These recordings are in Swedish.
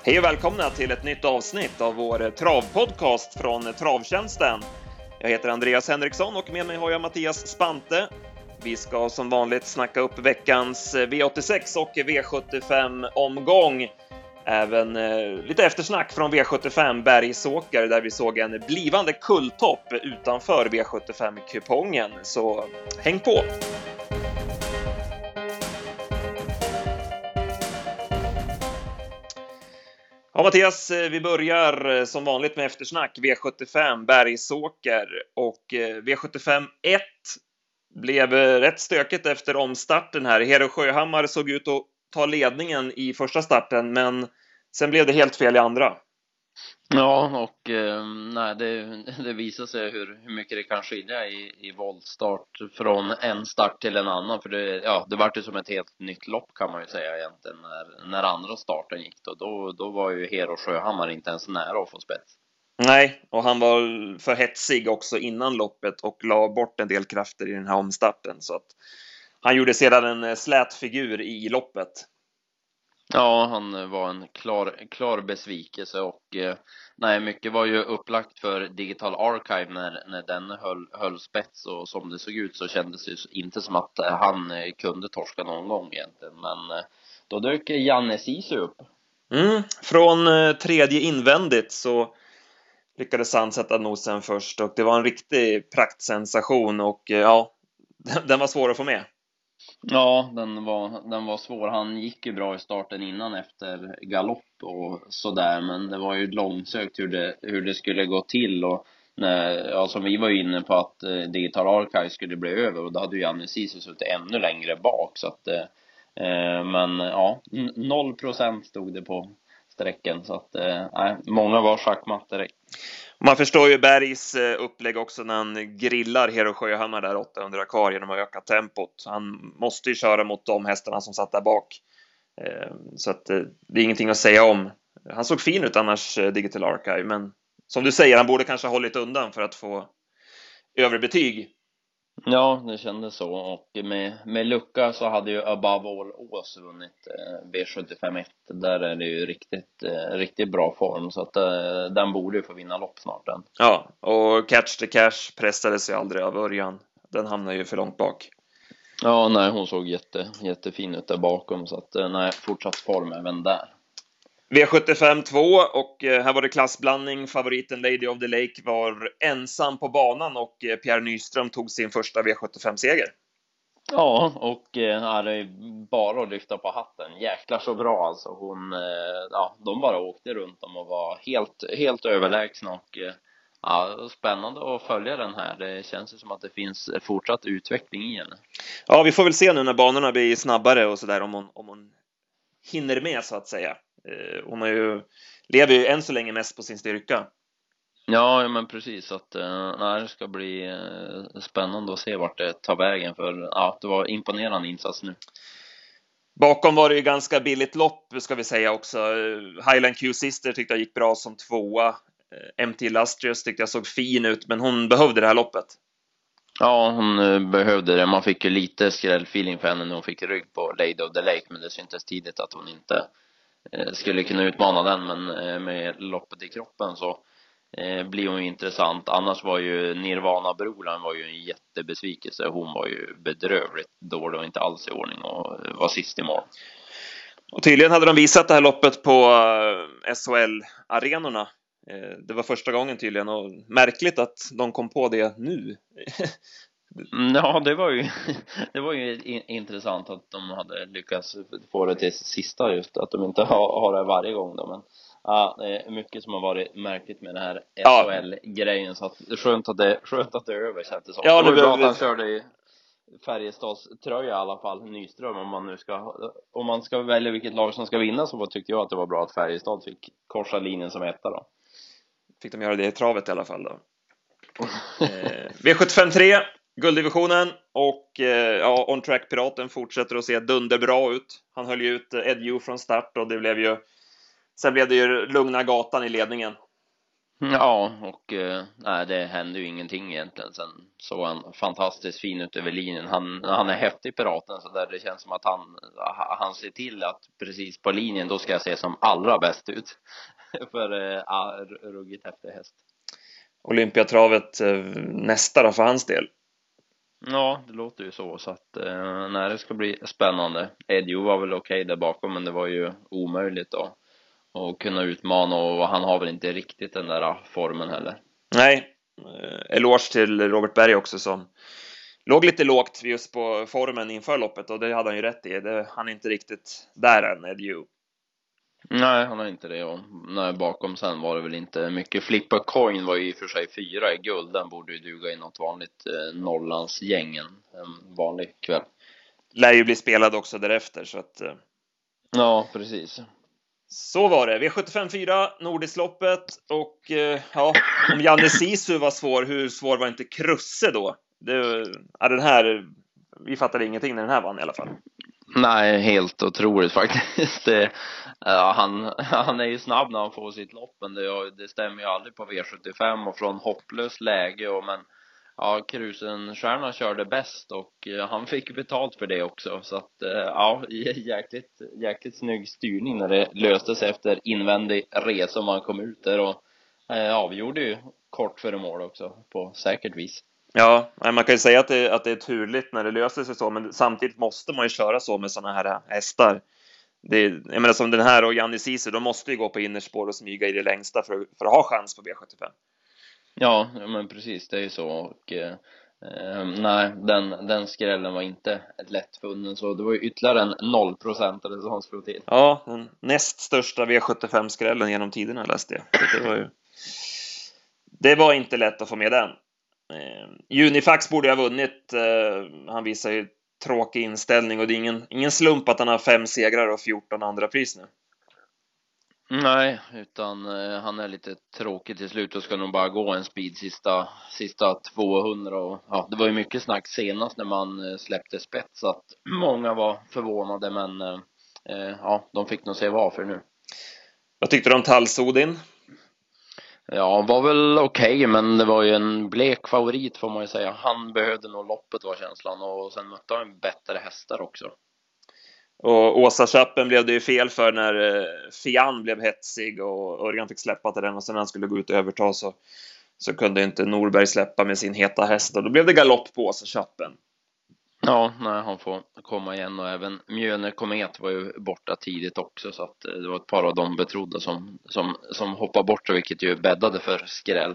Hej och välkomna till ett nytt avsnitt av vår travpodcast från Travtjänsten. Jag heter Andreas Henriksson och med mig har jag Mattias Spante. Vi ska som vanligt snacka upp veckans V86 och V75-omgång. Även lite eftersnack från V75 Bergsåker där vi såg en blivande kulltopp utanför V75-kupongen. Så häng på! Ja, Mattias, vi börjar som vanligt med eftersnack V75 Bergsåker och V75 1 blev rätt stökigt efter omstarten här. Hero Sjöhammar såg ut att ta ledningen i första starten, men sen blev det helt fel i andra. Ja, och nej, det visar sig hur mycket det kan skilja i voltstart från en start till en annan. För det var ju som ett helt nytt lopp kan man ju säga egentligen när andra starten gick. Då var ju Hero Sjöhammar inte ens nära att få spets. Nej, och han var för hetsig också innan loppet och la bort en del krafter i den här omstarten. Så att han gjorde sedan en slät figur i loppet. Ja, han var en klar besvikelse och nej, mycket var ju upplagt för Digital Archive när den höll spets, och som det såg ut så kändes det inte som att han kunde torska någon gång egentligen, men då dök Janne Sisu upp. Från tredje invändigt så lyckades han sätta nosen först och det var en riktig praktsensation och ja, den var svår att få med. Ja, den var svår. Han gick ju bra i starten innan efter galopp och sådär, men det var ju långsökt hur det skulle gå till. Och som vi var inne på att Digital Archive skulle bli över, och då hade ju Janne Sisu suttit ännu längre bak, så att men ja, 0% stod det på sträcken, så att många var schackmatt direkt. Man förstår ju Bergs upplägg också när han grillar Hero Sjöhammar där 800 kvar genom att öka tempot. Han måste ju köra mot de hästarna som satt där bak. Så att det är ingenting att säga om. Han såg fin ut annars, Digital Archive, men som du säger, han borde kanske ha hållit undan för att få överbetyg. Ja, det kändes så, och med lucka så hade ju Above All Ås vunnit V75-1. Där är det ju riktigt bra form, så att den borde ju få vinna lopp snart den. Ja, och Catch the Cash pressade sig aldrig av Örjan. Den hamnar ju för långt bak. Ja, nej, hon såg jättefin ut där bakom, så att nej, fortsatt form även där. V75 2 och här var det klassblandning. Favoriten Lady of the Lake var ensam på banan och Pierre Nyström tog sin första V75-seger. Ja, och det är bara att lyfta på hatten. Jäklar så bra alltså. De bara åkte runt dem och var helt överlägsna, och spännande att följa den här. Det känns ju som att det finns fortsatt utveckling i henne. Ja, vi får väl se nu när banorna blir snabbare och sådär om hon hinner med, så att säga. Hon lever ju än så länge mest på sin styrka. Ja, men precis, att det ska bli spännande att se vart det tar vägen, för det var imponerande insats nu. Bakom var det ju ganska billigt lopp, ska vi säga också. Highland Q-Sister tyckte jag gick bra som tvåa. MT Illustrious tyckte jag såg fin ut, men hon behövde det här loppet. Ja, hon behövde det. Man fick ju lite skrällfeeling för henne när hon fick rygg på Lady of the Lake, men det syntes tidigt att hon inte skulle kunna utmana den. Men med loppet i kroppen så blir hon ju intressant. Annars var ju Nirvana Brolan var ju en jättebesvikelse. Hon var ju bedrövligt dålig och inte alls i ordning och var sist i mål. Och tydligen hade de visat det här loppet på SHL-arenorna. Det var första gången tydligen, och märkligt att de kom på det nu. Ja, det var ju intressant att de hade lyckats få det till sista, just att de inte har det varje gång då. Men det är mycket som har varit märkligt med den här SHL-grejen, så att skönt att det är över, så att det så. Ja, det var bra att han körde i Färjestads tröja i alla fall, Nyström, om man ska välja vilket lag som ska vinna, så tyckte jag att det var bra att Färjestad fick korsa linjen som etta då. Fick de göra det i travet i alla fall då. V75-3, gulddivisionen, och On Track Piraten fortsätter att se dunderbra ut. Han höll ju ut Ed Yu från start, och sen blev det ju lugna gatan i ledningen. Ja, och nej, det hände ju ingenting egentligen. Sen såg han fantastiskt fin ut över linjen. Han är häftig, Piraten, så där det känns som att han ser till att precis på linjen, då ska jag se som allra bäst ut. För ruggigt häftig häst. Olympiatravet nästa då för hans del. Ja, det låter ju så att nej, det ska bli spännande. Edjo var väl okej där bakom, men det var ju omöjligt då att kunna utmana, och han har väl inte riktigt den där formen heller. Nej, eloge till Robert Berg också som låg lite lågt just på formen inför loppet, och det hade han ju rätt i. Han är inte riktigt där än, Edju. Nej, han har inte det, och nej, bakom sen var det väl inte mycket. Flipper Coin var ju i och för sig 4 i guld. Den borde ju duga i något vanligt Norrlandsgängen en vanlig kväll. Lär ju bli spelad också därefter, så att... Ja, precis. Så var det. V75-4, Nordisloppet, och ja, om Janne Sisu var svår, hur svår var inte Krusse då? Den här, vi fattade ingenting när den här vann i alla fall. Nej, helt otroligt faktiskt. Ja, han är ju snabb när han får sitt lopp, men det stämmer ju aldrig på V75 och från hopplöst läge. Men ja, Krusenstjärna körde bäst, och han fick betalt för det också. Så att ja, jäkligt snygg styrning när det löste sig efter invändig resa, och man kom ut där och avgjorde ju kort före mål också på säkert vis. Ja, man kan ju säga att det är turligt när det löser sig så, men samtidigt måste man ju köra så med såna här hästar. Jag menar, som den här och Janne Sisu, de måste ju gå på innerspår och smyga i det längsta för att ha chans på B75. Ja, men precis, det är ju så. Och nej, den skrällen var inte ett lättfunnen, så det var ju ytterligare en 0% som slog till. Ja, den näst största V75-skrällen genom tiderna läste jag. Så det var inte lätt att få med den. Unifax borde ha vunnit. Han visar ju tråkig inställning, och det är ingen slump att han har 5 segrar och 14 andra pris nu. Nej, utan han är lite tråkig till slut och ska nog bara gå en speed sista 200. Och ja, det var ju mycket snack senast när man släppte spets att många var förvånade, men ja, de fick nog se varför nu. Vad tyckte du om Talsodin? Ja, var väl okej, men det var ju en blek favorit får man ju säga. Han behövde nog loppet, var känslan, och sen mötte han bättre hästar också. Och Åsa-chappen blev det ju fel för när Fian blev hetsig och Örjan fick släppa till den, och sen när han skulle gå ut och överta så kunde inte Norberg släppa med sin heta häst, och då blev det galopp på Åsa-chappen. Ja, nej, han får komma igen, och även Mjöne Komet var ju borta tidigt också, så att det var ett par av de betrodda som hoppade bort, vilket ju bäddade för skräll.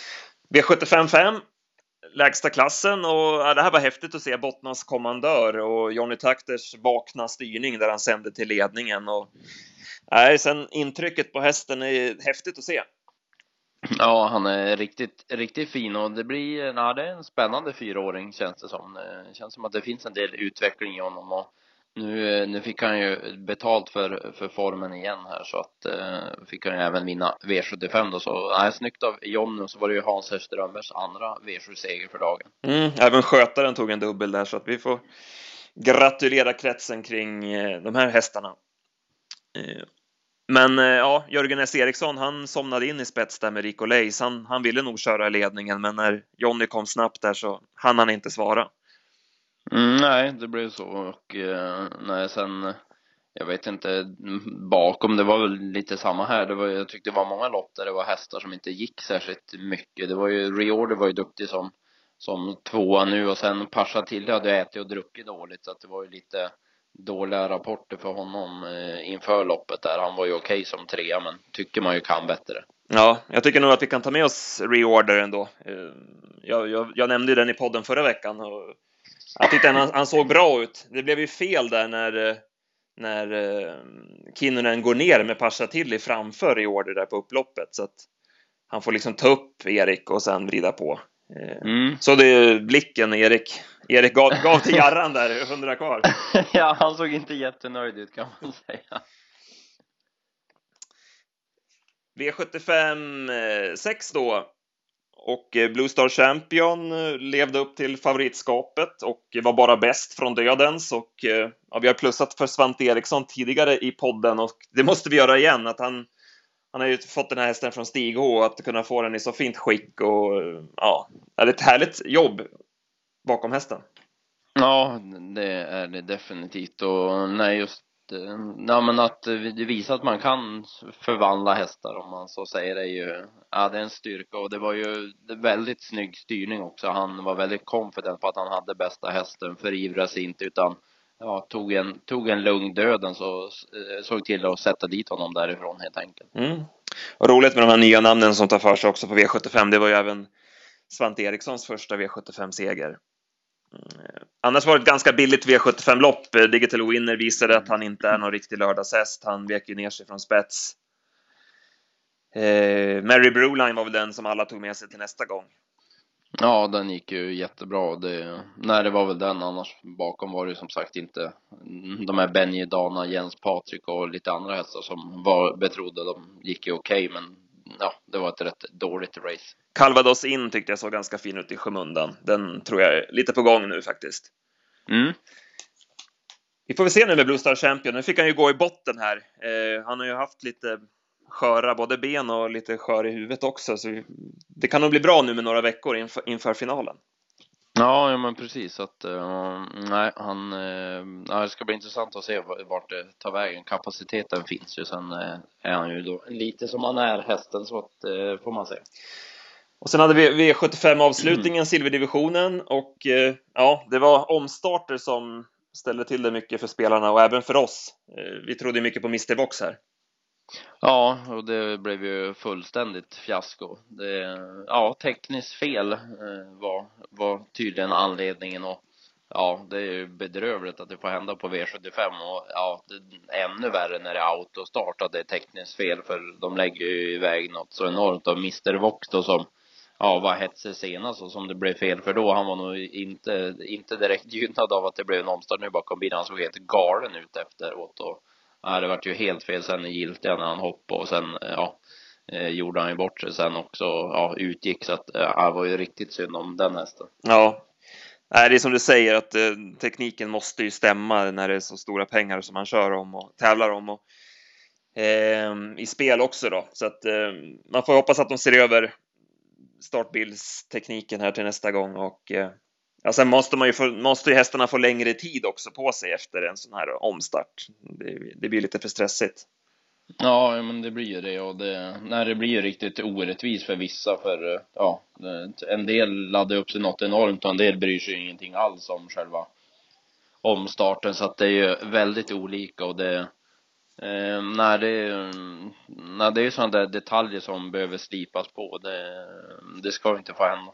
V75-5, lägsta klassen, och ja, det här var häftigt att se Bottnas kommandör och Johnny Takters vakna styrning där han sände till ledningen, och sen intrycket på hästen är häftigt att se. Ja, han är riktigt fin, och det är en spännande 4-åring känns det som. Det känns som att det finns en del utveckling i honom, och nu fick han ju betalt för formen igen här, så att fick han ju även vinna V75 då, så snyggt av John. Och så var det ju Hans Strömbergs andra V7-seger för dagen. Även skötaren tog en dubbel där, så att vi får gratulera kretsen kring de här hästarna. Men ja, Jörgen S. Eriksson, han somnade in i spets där med Rico Leis. Han ville nog köra i ledningen, men när Johnny kom snabbt där så han inte svara. Nej, det blev så, och nej, sen jag vet inte, bakom det var väl lite samma här. Jag tyckte det var många lopp där det var hästar som inte gick särskilt mycket. Det var ju Reorder var ju duktig som tvåa nu, och sen Pasha till hade ätit och druckit dåligt, så att det var ju lite dåliga rapporter för honom inför loppet där. Han var ju okej som trea, men tycker man ju kan bättre. Ja, jag tycker nog att vi kan ta med oss Reorder ändå. Jag nämnde ju den i podden förra veckan, och jag tyckte han såg bra ut. Det blev ju fel där när Kinnunen går ner med Pasha till i framför Reorder där på upploppet, så att han får liksom ta upp Erik och sen vrida på. Så det är blicken Erik gav till Jarran där, 100 kvar. Ja, han såg inte jättenöjd ut, kan man säga. V75 6 då, och Blue Star Champion levde upp till favoritskapet och var bara bäst från dödens, och ja, vi har plussat för Svante Eriksson tidigare i podden, och det måste vi göra igen, att Han har ju fått den här hästen från Stig H, att kunna få den i så fint skick och ja, det är ett härligt jobb bakom hästen. Ja, det är det definitivt. Och nej, just ja, men att det visar att man kan förvandla hästar, om man så säger, det är ju, ja, det är en styrka. Och det var ju väldigt snygg styrning också. Han var väldigt confident på att han hade bästa hästen, förivrar sig inte, utan ja, tog en lugn döden, så såg till att sätta dit honom därifrån helt enkelt. Och roligt med de här nya namnen som tar för sig också på V75. Det var ju även Svante Erikssons första V75-seger. Annars var det ett ganska billigt V75-lopp. Digital Winner visade att han inte är någon riktig lördagshäst. Han vek ju ner sig från spets. Mary Broline var väl den som alla tog med sig till nästa gång. Ja, den gick ju jättebra. Nej, det var väl den. Annars bakom var det som sagt inte de här Benji, Dana, Jens, Patrik och lite andra hästar som var betrodda. De gick ju okej, men ja, det var ett rätt dåligt race. Calvados in tyckte jag såg ganska fin ut i skymundan. Den tror jag är lite på gång nu faktiskt. Vi får väl se nu med Blue Star Champion. Nu fick han ju gå i botten här. Han har ju haft lite sköra både ben och lite skör i huvudet också. Så det kan nog bli bra nu med några veckor inför finalen. Ja, men precis. Att, nej, det ska bli intressant att se vart det tar vägen. Kapaciteten finns ju. Sen är han ju då lite som han är, hästen, så att, får man se. Och sen hade vi V75-avslutningen, silverdivisionen. Och ja, det var omstarter som ställde till det mycket för spelarna och även för oss. Vi trodde mycket på Mr. Box här. Ja, och det blev ju fullständigt fiasko. Ja, tekniskt fel var tydligen anledningen, och ja, det är ju bedrövligt att det får hända på V75, och ja, det är ännu värre när det är autostart att det är tekniskt fel, för de lägger ju iväg något så enormt av Mr. Vox då, som ja, var hetsig senast och som det blev fel för då. Han var nog inte direkt gynnad av att det blev en omstart nu bakom bilen. Han såg helt galen ut efteråt, och ja, det var ju helt fel sen i giltiga när han hoppade, och sen gjorde han ju bort sig sen också, ja, utgick, så att det var ju riktigt synd om den hästen. Ja, det är som du säger att tekniken måste ju stämma när det är så stora pengar som man kör om och tävlar om, och i spel också då. Så att man får hoppas att de ser över startbildstekniken här till nästa gång, och ja, sen måste ju hästarna få längre tid också på sig efter en sån här omstart. Det blir lite för stressigt. Ja, men det blir ju det, och det blir ju riktigt orättvist för vissa, för ja, en del laddar upp sig något enormt och en del bryr sig ingenting alls om själva omstarten, så att det är ju väldigt olika, och det är ju sådana där detaljer som behöver slipas på. Det ska inte få hända.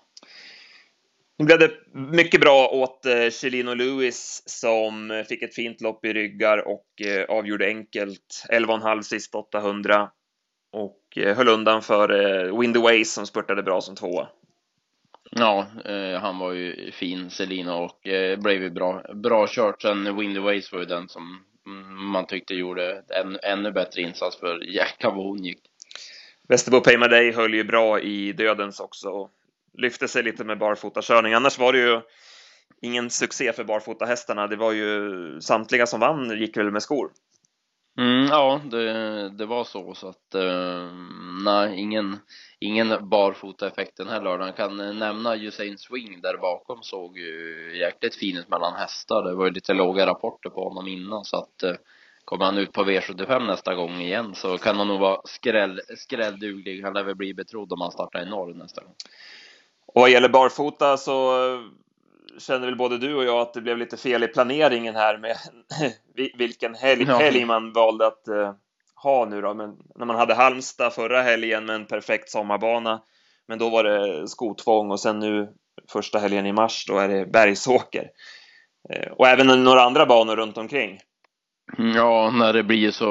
Nu blev det mycket bra åt Chelino Lewis, som fick ett fint lopp i ryggar och avgjorde enkelt 11,5 sista 800 och höll undan för Windy Ways som spurtade bra som tvåa. Ja, han var ju fin, Chelino, och blev ju bra kört. Sen Windy Ways var ju den som man tyckte gjorde en ännu bättre insats, för jäkla vad hon gick. Västerbo Paymaday höll ju bra i dödens också och lyfte sig lite med barfotakörning. Annars var det ju ingen succé för barfotahästarna. Det var ju samtliga som vann gick väl med skor. Ja, det var så att nej, ingen barfota-effekt den här lördagen. Kan nämna Usain Swing där bakom, såg ju jäkligt fin ut mellan hästar. Det var ju lite låga rapporter på honom innan, så att kommer han ut på V75 nästa gång igen så kan han nog vara skrällduglig. Han lär väl bli betrodd om han startar i norr nästa gång. Och vad gäller barfota så känner väl både du och jag att det blev lite fel i planeringen här med vilken helg man valde att ha nu då. Men när man hade Halmstad förra helgen med en perfekt sommarbana, men då var det skotvång, och sen nu första helgen i mars då är det Bergsåker. Och även några andra banor runt omkring. Ja, när det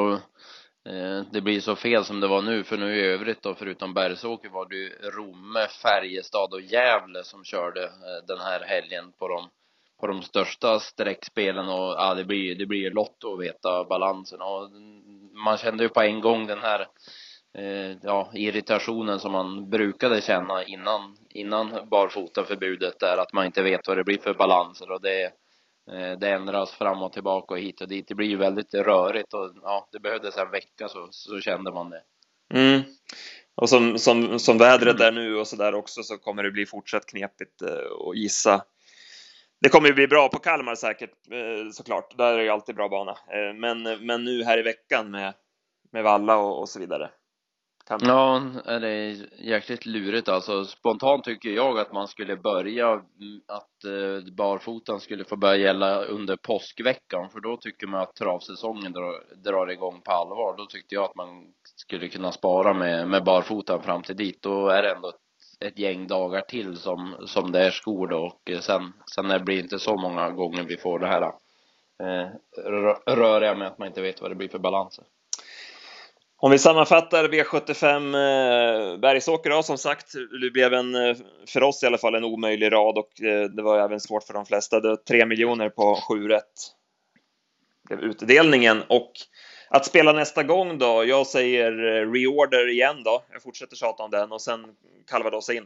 blir så fel som det var nu, för nu i övrigt då, förutom Bergsåker var det ju Romme, Färjestad och Gävle som körde den här helgen på de största sträckspelen, och ja, det blir lotto att veta balansen, och man kände ju på en gång den här irritationen som man brukade känna innan barfotaförbudet, där att man inte vet vad det blir för balanser, och det ändras fram och tillbaka och hit och dit. Det blir ju väldigt rörigt, och ja, det behövdes en vecka så kände man det. Mm. Och som vädret är nu och så där också, så kommer det bli fortsatt knepigt att gissa. Det kommer ju bli bra på Kalmar säkert, såklart. Där är det ju alltid bra bana. Men nu här i veckan med Valla och så vidare. Ja, det är jäkligt lurigt alltså. Spontant tycker jag att man skulle börja att barfotan skulle få börja gälla under påskveckan, för då tycker man att travsäsongen drar igång på allvar. Då tyckte jag att man skulle kunna spara med barfotan fram till dit. Då är det ändå ett gäng dagar till som det är skor då, och sen det blir inte så många gånger vi får det här röriga med att man inte vet vad det blir för balanser. Om vi sammanfattar V75 Bergsåker då, som sagt, det blev för oss i alla fall en omöjlig rad, och det var även svårt för de flesta. Det var 3 miljoner på 7 rätt blev utdelningen. Och att spela nästa gång då, jag säger reorder igen då, jag fortsätter tjata om den, och sen Calvados in.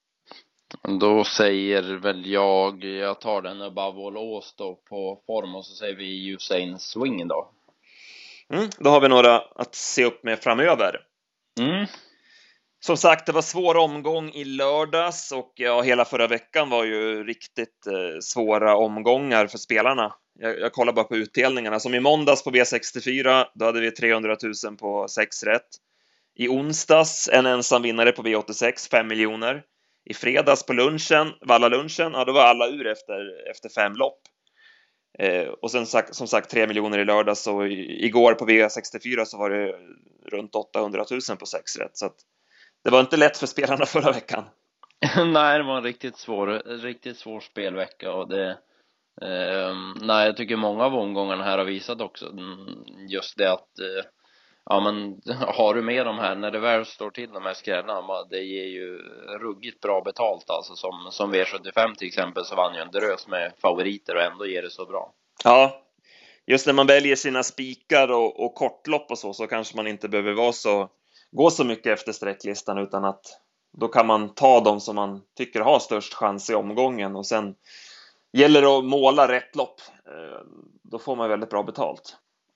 Då säger väl jag tar den above all odds då på form, och så säger vi Usain Swing då. Då har vi några att se upp med framöver. Som sagt, det var svår omgång i lördags, och hela förra veckan var ju riktigt svåra omgångar för spelarna. Jag kollar bara på utdelningarna. Som i måndags på V64, då hade vi 300 000 på 6 rätt. I onsdags en ensam vinnare på V86, 5 miljoner. I fredags på lunchen, Valla-lunchen, då var alla ur efter 5 lopp. Och sen som sagt 3 miljoner i lördags, och igår på V64 så var det runt 800 000 på 6 rätt. Så att det var inte lätt för spelarna förra veckan. Nej, det var en riktigt svår spelvecka, och nej, jag tycker många av omgångarna här har visat också just det att ja, men har du med de här, när det väl står till de här skrällarna, det ger ju ruggigt bra betalt alltså. Som V75 till exempel, så vann ju en drös med favoriter och ändå ger det så bra. Ja, just när man väljer sina spikar och kortlopp och så kanske man inte behöver gå så mycket efter sträcklistan, utan att då kan man ta dem som man tycker har störst chans i omgången, och sen gäller det att måla rätt lopp. Då får man väldigt bra betalt.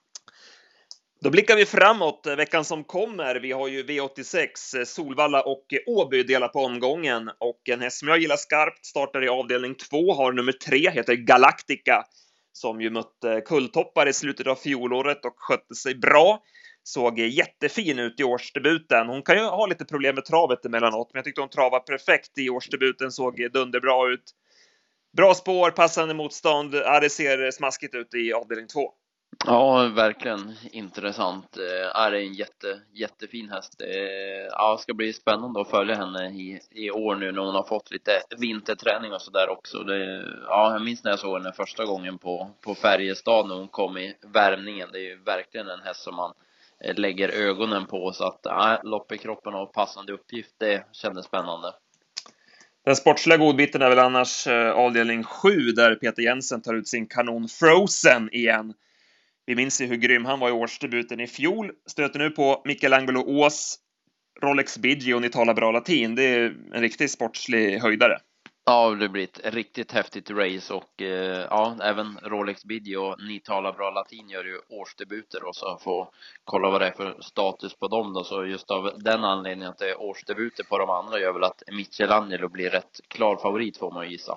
Då blickar vi framåt veckan som kommer. Vi har ju V86, Solvalla och Åby delar på omgången, och en häst som jag gillar skarpt startar i avdelning 2, har nummer 3, heter Galactica, som ju mötte kulltoppar i slutet av fjolåret och skötte sig bra. Såg jättefin ut i årsdebuten. Hon kan ju ha lite problem med travet emellanåt, men jag tyckte hon travade perfekt i årsdebuten, såg dunderbra ut. Bra spår, passande motstånd. Det ser smaskigt ut i avdelning 2. Ja, verkligen intressant. Är det en jättefin häst. Ja, det ska bli spännande att följa henne i år nu när hon har fått lite vinterträning och sådär också. Ja, jag minns när jag såg henne första gången på Färjestad när hon kom i värmningen. Det är ju verkligen en häst som man lägger ögonen på, så att lopp i kroppen och passande uppgift, det kändes spännande. Den sportsliga godbiten är väl annars avdelning 7, där Peter Jensen tar ut sin kanon Frozen igen. Vi minns ju hur grym han var i årsdebuten i fjol. Stöter nu på Michelangelo Ås, Rolex Bidji och Ni talar bra latin. Det är en riktigt sportslig höjdare. Ja, det blir ett riktigt häftigt race, och ja, även Rolex Bidji och Ni talar bra latin gör ju årsdebuter, och så får kolla vad det är för status på dem då. Så just av den anledningen att det är årsdebuter på de andra gör väl att Michelangelo blir rätt klar favorit, får man gissa.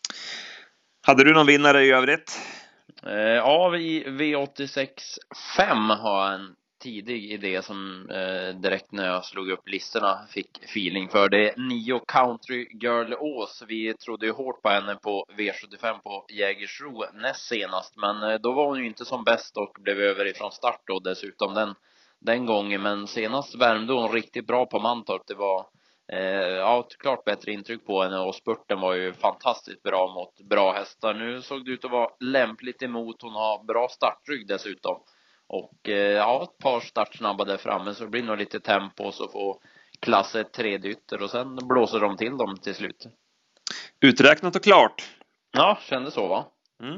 Hade du någon vinnare i övrigt? Ja, vi V86 5 har en tidig idé som direkt när jag slog upp listorna fick feeling för. Det är 9 Country Girl Ås. Vi trodde ju hårt på henne på V75 på Jägersro näst senast, men då var hon ju inte som bäst och blev över ifrån start då dessutom den gången. Men senast värmde hon riktigt bra på Mantorp. Det var ja, ett klart bättre intryck på henne, och spurten var ju fantastiskt bra mot bra hästar. Nu såg det ut att vara lämpligt emot. Hon har bra startrygg dessutom. Och ja, ett par startsnabba där framme, så det blir nog lite tempo, och så får klasset 3 dytter, och sen blåser de till dem till slut. Uträknat och klart. Ja, kände så va?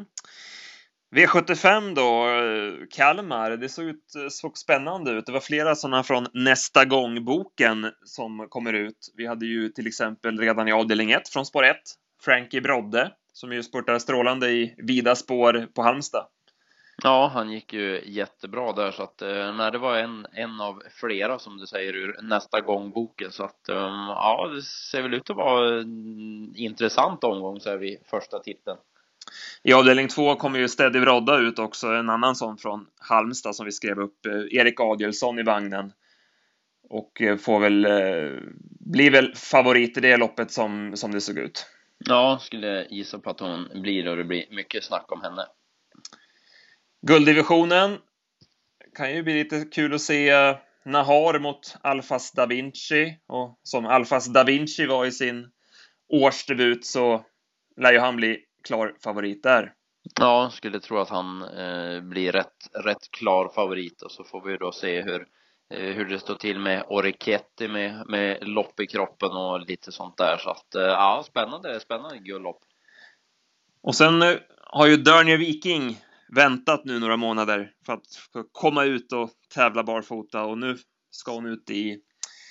V75 då, Kalmar, det såg spännande ut. Det var flera sådana från Nästa gång-boken som kommer ut. Vi hade ju till exempel redan i avdelning 1 från spår 1, Frankie Brodde, som ju spurtar strålande i vida spår på Halmstad. Ja, han gick ju jättebra där, så att nej, det var en av flera som du säger ur nästa gångboken, så att ja, det ser väl ut att vara en intressant omgång så här vid första titeln. I avdelning 2 kommer ju Steady Rodda ut också, en annan sån från Halmstad som vi skrev upp, Erik Adielsson i vagnen. Och får väl blir väl favorit i det loppet som det såg ut. Ja, skulle gissa på att hon blir, och det blir mycket snack om henne. Gulddivisionen kan ju bli lite kul att se Nahar mot Alfas Da Vinci. Och som Alfas Da Vinci var i sin årsdebut så lär ju han bli klar favorit där. Ja, skulle tro att han blir rätt klar favorit, och så får vi då se hur det står till med Oriketti med lopp i kroppen och lite sånt där. Så att ja, spännande guldlopp. Och sen har ju Dernier Viking väntat nu några månader för att komma ut och tävla barfota, och nu ska hon ut i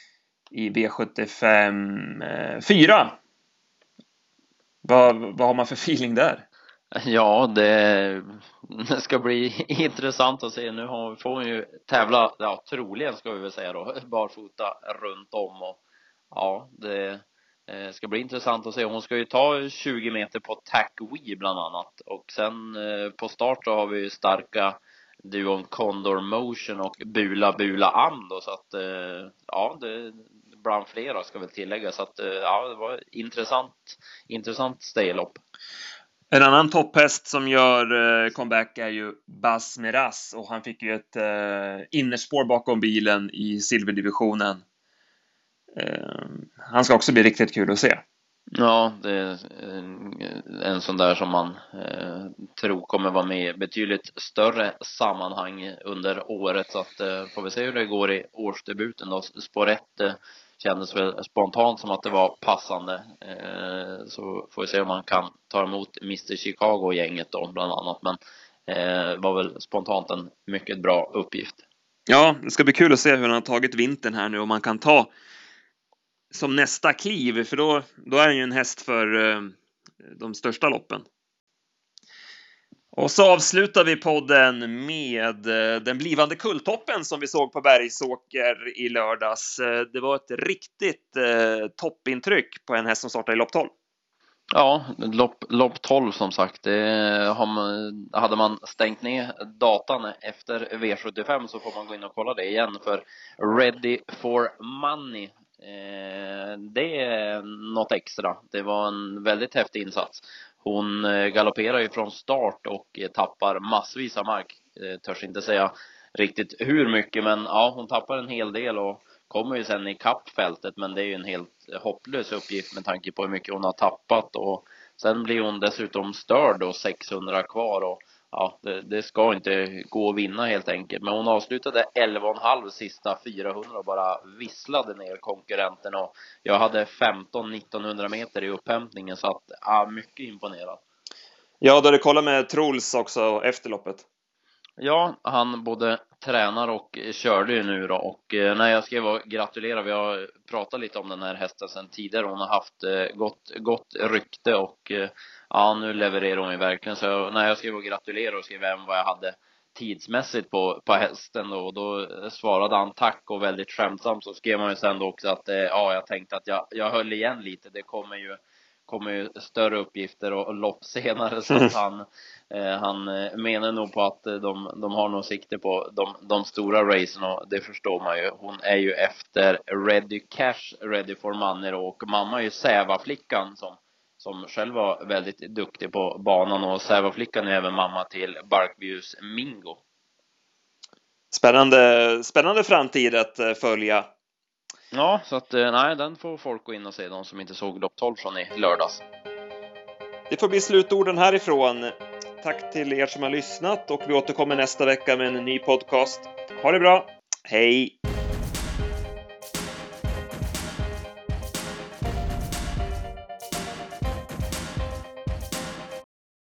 V75 4. Vad har man för feeling där? Ja, det ska bli intressant att se. Nu får hon ju tävla, ja, troligen ska vi väl säga då, barfota runt om, och ja, det ska bli intressant att se. Hon ska ju ta 20 meter på Tack Wee bland annat, och sen på start så har vi ju starka duon Condor Motion och Bula Am då, så att ja, det bland flera ska väl tillägga, så att ja, det var intressant staylopp. En annan topphäst som gör comeback är ju Bas Miras, och han fick ju ett innerspår bakom bilen i silverdivisionen. Han ska också bli riktigt kul att se. Ja, det är en sån där som man tror kommer vara med i betydligt större sammanhang under året, så att får vi se hur det går i årsdebuten då. Spår 1 kändes väl spontant som att det var passande, så får vi se om man kan ta emot Mr. Chicago-gänget då bland annat, men var väl spontant en mycket bra uppgift. Ja, det ska bli kul att se hur han har tagit vintern här nu, och man kan ta som nästa kliv, för då är han ju en häst för de största loppen. Och så avslutar vi podden med den blivande kulltoppen som vi såg på Bergsåker i lördags. Det var ett riktigt toppintryck på en häst som startade i lopp 12. Ja, lopp 12 som sagt, hade man stängt ner datan efter V75 så får man gå in och kolla det igen, för Ready for Money, det är något extra. Det var en väldigt häftig insats. Hon galopperar ju från start och tappar massvis av mark. Törs inte säga riktigt hur mycket, men ja, hon tappar en hel del och kommer ju sen i kappfältet, men det är ju en helt hopplös uppgift med tanke på hur mycket hon har tappat, och sen blir hon dessutom störd och 600 kvar, och ja, det ska inte gå att vinna helt enkelt. Men hon avslutade 11,5 sista 400 och bara visslade ner konkurrenten, och jag hade 15-1900 meter i upphämtningen, så att ja, mycket imponerad. Ja, då har du kollat med Troels också efter loppet. Ja, han både tränar och körde ju nu då, och när jag skrev och gratulerar, vi har pratat lite om den här hästen sedan tidigare. Hon har haft gott rykte, och ja, nu levererar hon ju verkligen. Så när jag skrev och gratulerar och skrev även vad jag hade tidsmässigt på hästen då, och då svarade han tack, och väldigt skämtsamt så skrev man ju sen då också att ja, jag tänkte att jag höll igen lite, det kommer ju större uppgifter och lopp senare, så att han menar nog på att de har nog sikte på de stora racen, och det förstår man ju. Hon är ju efter Ready Cash, Ready for Money då, och mamma är ju Sävaflickan som själv var väldigt duktig på banan, och Sävaflickan är även mamma till Barkviews Mingo. Spännande framtid att följa. Ja, så att nej, den får folk gå in och se, de som inte såg lopp 12 från i lördags. Det får bli slutorden härifrån. Tack till er som har lyssnat, och vi återkommer nästa vecka med en ny podcast. Ha det bra. Hej!